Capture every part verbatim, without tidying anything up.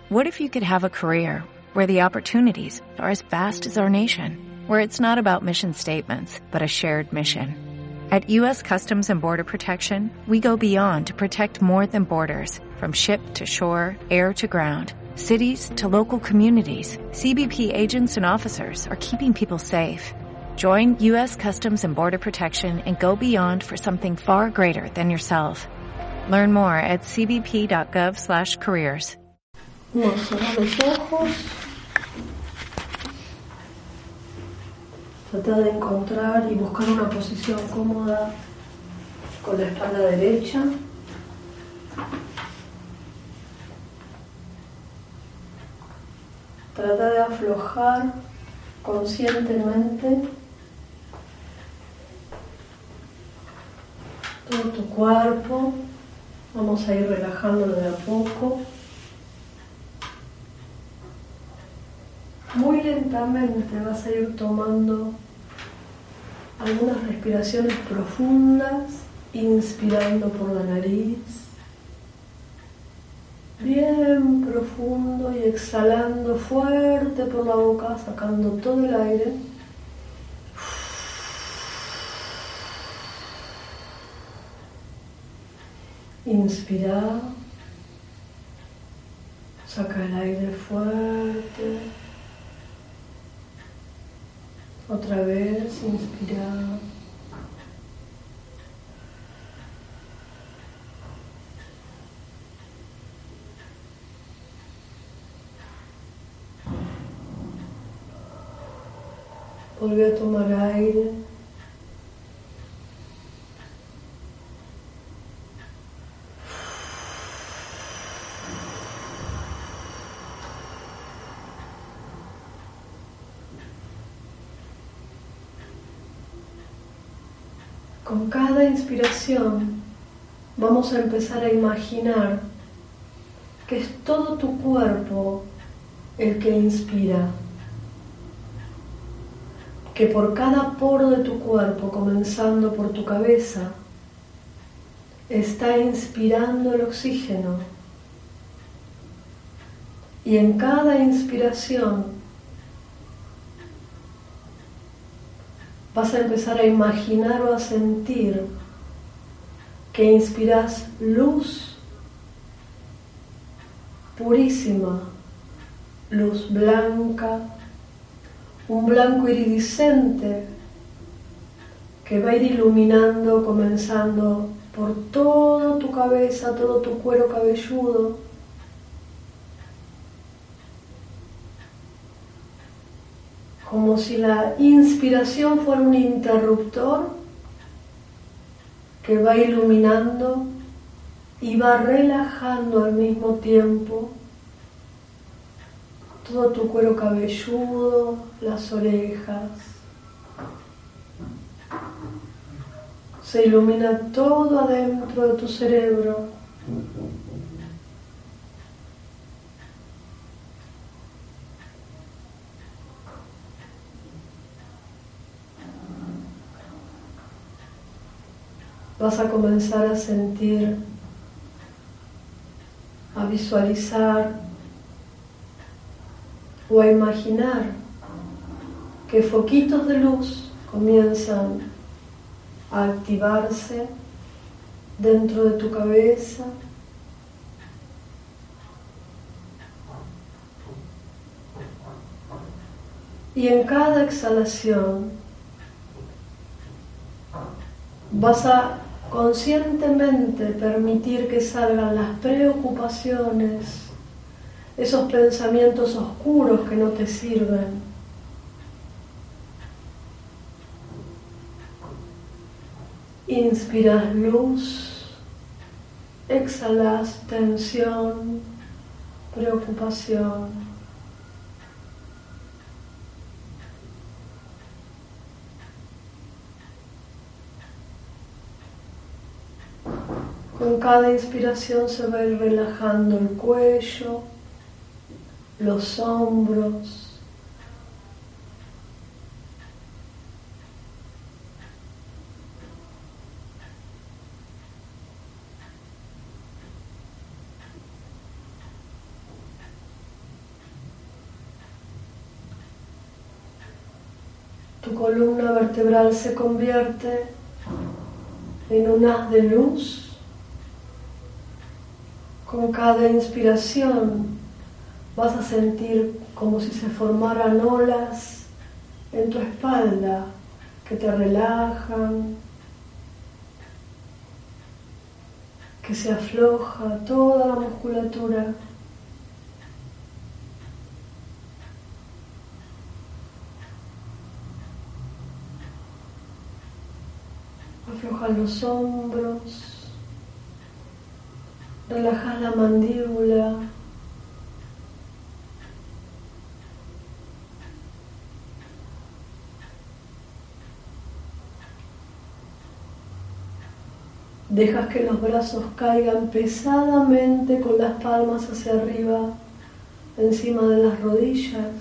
What if you could have a career where the opportunities are as vast as our nation, where it's not about mission statements, but a shared mission? At U S Customs and Border Protection, we go beyond to protect more than borders. From ship to shore, air to ground, cities to local communities, C B P agents and officers are keeping people safe. Join U S Customs and Border Protection and go beyond for something far greater than yourself. Learn more at c b p dot gov slash careers. Vamos a cerrar los ojos. Trata de encontrar y buscar una posición cómoda con la espalda derecha. Trata de aflojar conscientemente todo tu cuerpo. Vamos a ir relajándolo de a poco. Muy lentamente vas a ir tomando algunas respiraciones profundas, inspirando por la nariz, bien profundo, y exhalando fuerte por la boca, sacando todo el aire. Inspira, saca el aire fuerte. Otra vez, inspira. Vuelve a tomar aire. Con cada inspiración vamos a empezar a imaginar que es todo tu cuerpo el que inspira, que por cada poro de tu cuerpo, comenzando por tu cabeza, está inspirando el oxígeno, y en cada inspiración vas a empezar a imaginar o a sentir que inspiras luz purísima, luz blanca, un blanco iridiscente que va a ir iluminando, comenzando por toda tu cabeza, todo tu cuero cabelludo, como si la inspiración fuera un interruptor que va iluminando y va relajando al mismo tiempo todo tu cuero cabelludo, las orejas. Se ilumina todo adentro de tu cerebro. Vas a comenzar a sentir, a visualizar o a imaginar que foquitos de luz comienzan a activarse dentro de tu cabeza. Y en cada exhalación vas a conscientemente permitir que salgan las preocupaciones, esos pensamientos oscuros que no te sirven. Inspiras luz, exhalas tensión, preocupación. Con cada inspiración se va a ir relajando el cuello, los hombros, Tu columna vertebral se convierte en un haz de luz. Con cada inspiración vas a sentir como si se formaran olas en tu espalda que te relajan, que se afloja toda la musculatura. Aflojas los hombros, relajas la mandíbula, dejas que los brazos caigan pesadamente con las palmas hacia arriba, encima de las rodillas.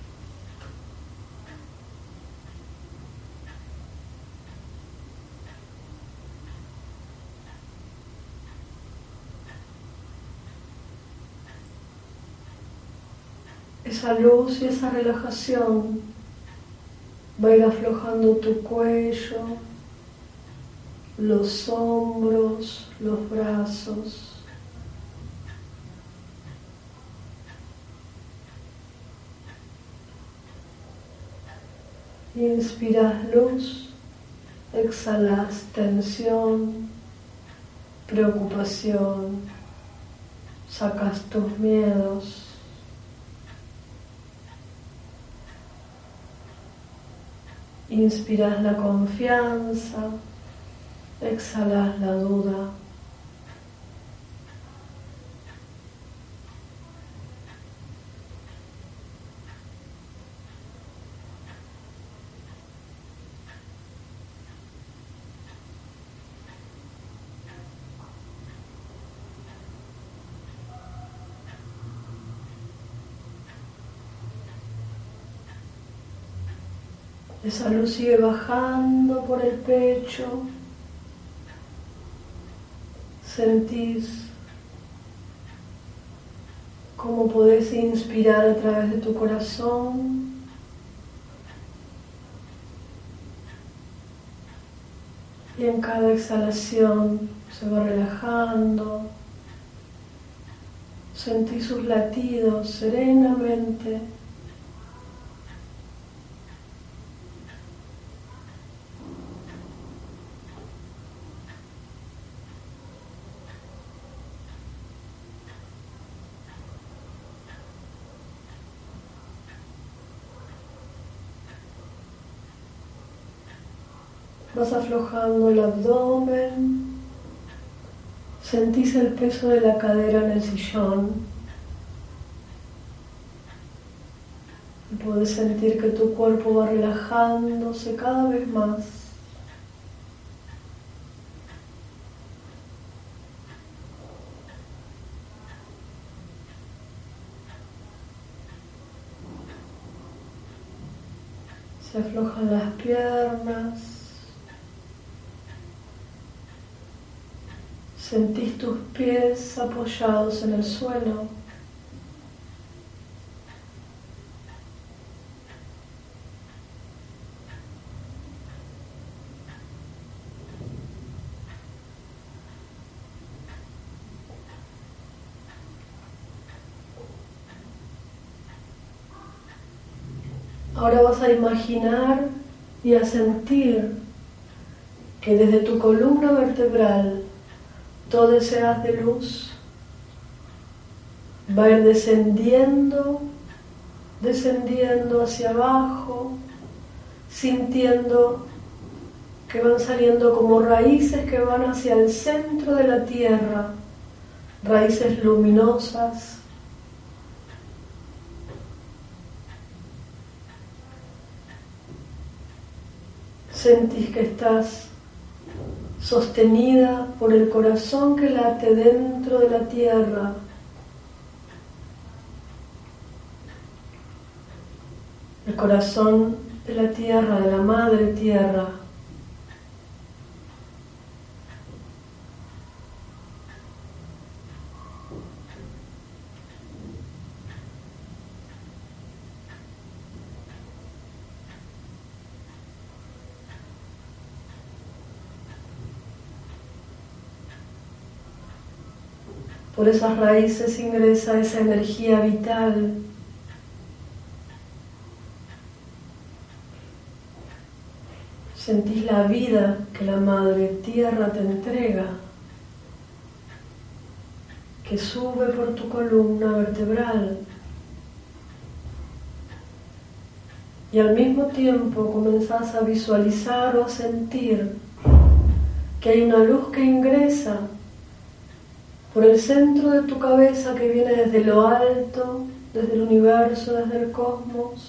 Esa luz y esa relajación va a ir aflojando tu cuello, los hombros, los brazos. Inspiras luz, exhalas tensión, preocupación, sacas tus miedos. Inspiras la confianza, exhalas la duda. Esa luz sigue bajando por el pecho. Sentís cómo podés inspirar a través de tu corazón. Y en cada exhalación se va relajando. Sentís sus latidos serenamente. Vas aflojando el abdomen, sentís el peso de la cadera en el sillón y podés sentir que tu cuerpo va relajándose cada vez más. Se aflojan las piernas. Sentís tus pies apoyados en el suelo. Ahora vas a imaginar y a sentir que desde tu columna vertebral todo ese haz de luz va a ir descendiendo, descendiendo hacia abajo, sintiendo que van saliendo como raíces que van hacia el centro de la tierra, raíces luminosas. Sentís que estás sostenida por el corazón que late dentro de la tierra. El corazón de la tierra, de la madre tierra. Por esas raíces ingresa esa energía vital. Sentís la vida que la Madre Tierra te entrega, que sube por tu columna vertebral. Y al mismo tiempo comenzás a visualizar o a sentir que hay una luz que ingresa por el centro de tu cabeza, que viene desde lo alto, desde el universo, desde el cosmos.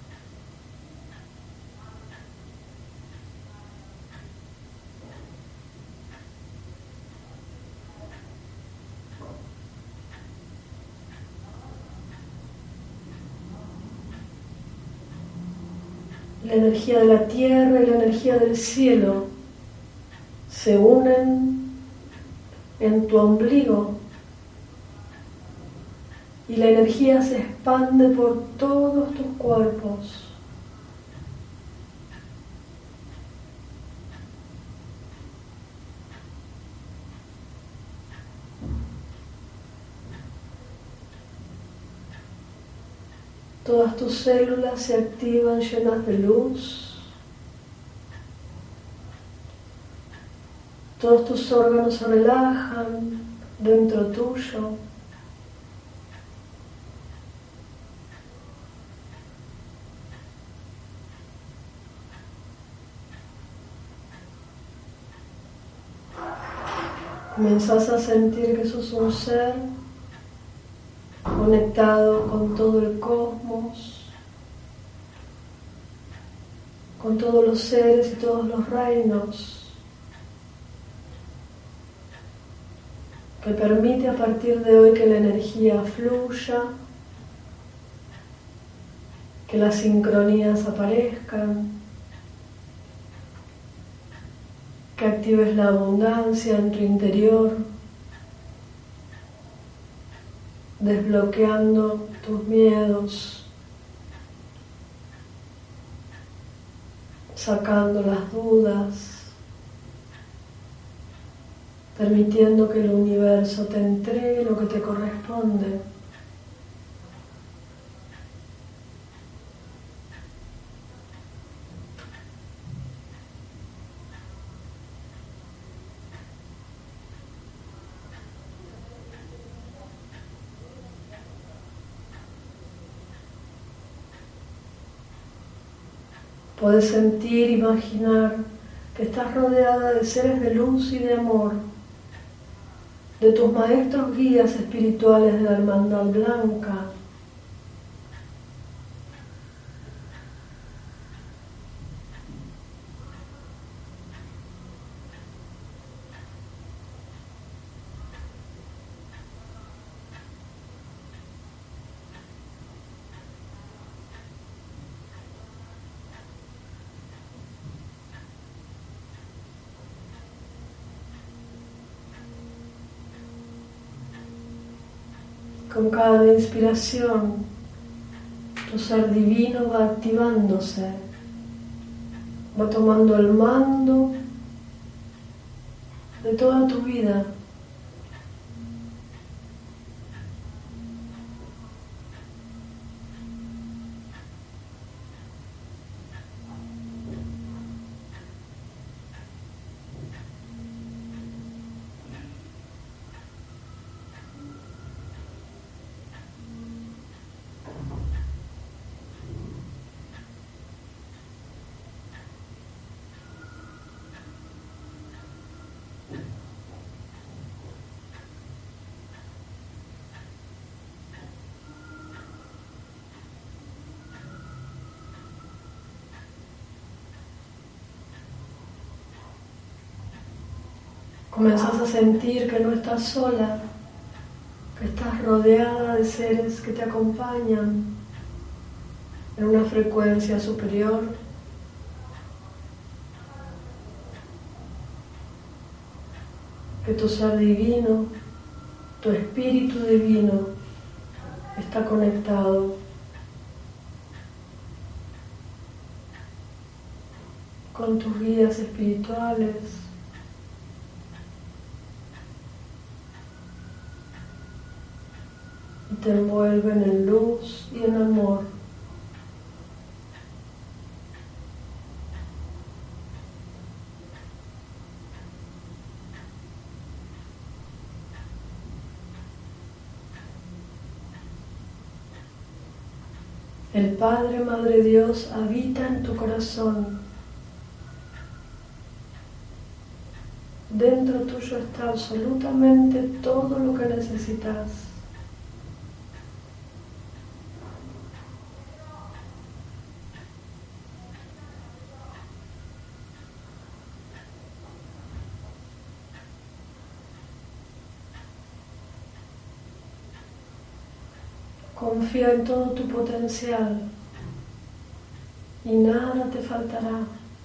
La energía de la tierra y la energía del cielo se unen en tu ombligo y la energía se expande por todos tus cuerpos. Todas tus células se activan llenas de luz. Todos tus órganos se relajan dentro tuyo. Comenzás a sentir que sos un ser conectado con todo el cosmos, con todos los seres y todos los reinos, que permite a partir de hoy que la energía fluya, que las sincronías aparezcan, que actives la abundancia en tu interior, desbloqueando tus miedos, sacando las dudas, permitiendo que el universo te entregue lo que te corresponde. Puedes sentir, imaginar que estás rodeada de seres de luz y de amor, de tus maestros guías espirituales de la Hermandad Blanca. Con cada inspiración, tu ser divino va activándose, va tomando el mando de toda tu vida. Comenzás a sentir que no estás sola, que estás rodeada de seres que te acompañan en una frecuencia superior. Que tu ser divino, tu espíritu divino, está conectado con tus guías espirituales, y te envuelven en luz y en amor. El Padre, Madre Dios habita en tu corazón. Dentro tuyo está absolutamente todo lo que necesitas. Confía en todo tu potencial y nada te faltará.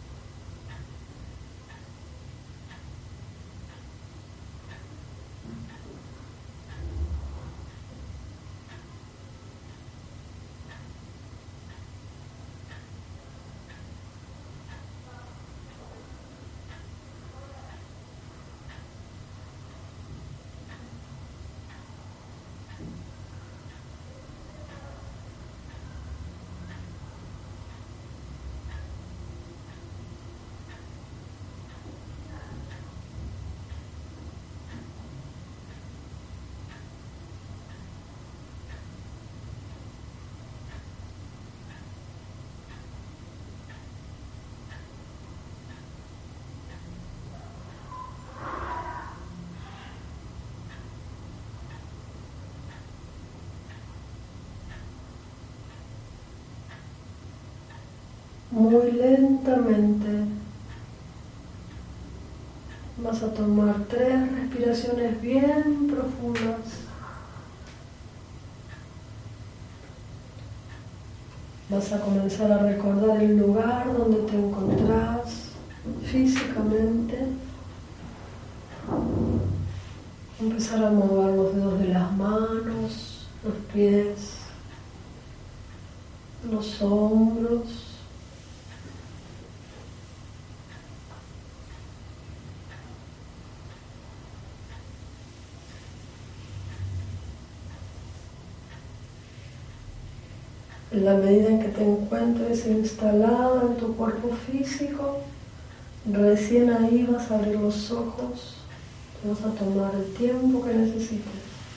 Muy lentamente vas a tomar tres respiraciones bien profundas. Vas a comenzar a recordar el lugar donde te encontrás físicamente. Empezar a mover los dedos de las manos, los pies, los hombros. En la medida en que te encuentres instalada en tu cuerpo físico, recién ahí vas a abrir los ojos, te vas a tomar el tiempo que necesites.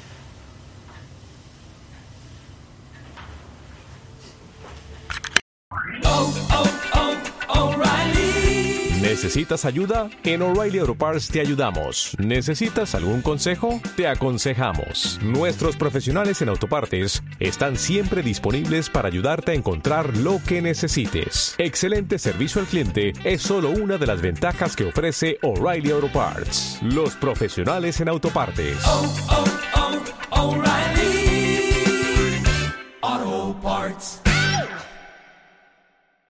¿Necesitas ayuda? En O'Reilly Auto Parts te ayudamos. ¿Necesitas algún consejo? Te aconsejamos. Nuestros profesionales en autopartes están siempre disponibles para ayudarte a encontrar lo que necesites. Excelente servicio al cliente es solo una de las ventajas que ofrece O'Reilly Auto Parts. Los profesionales en autopartes. Oh, oh, oh, O'Reilly.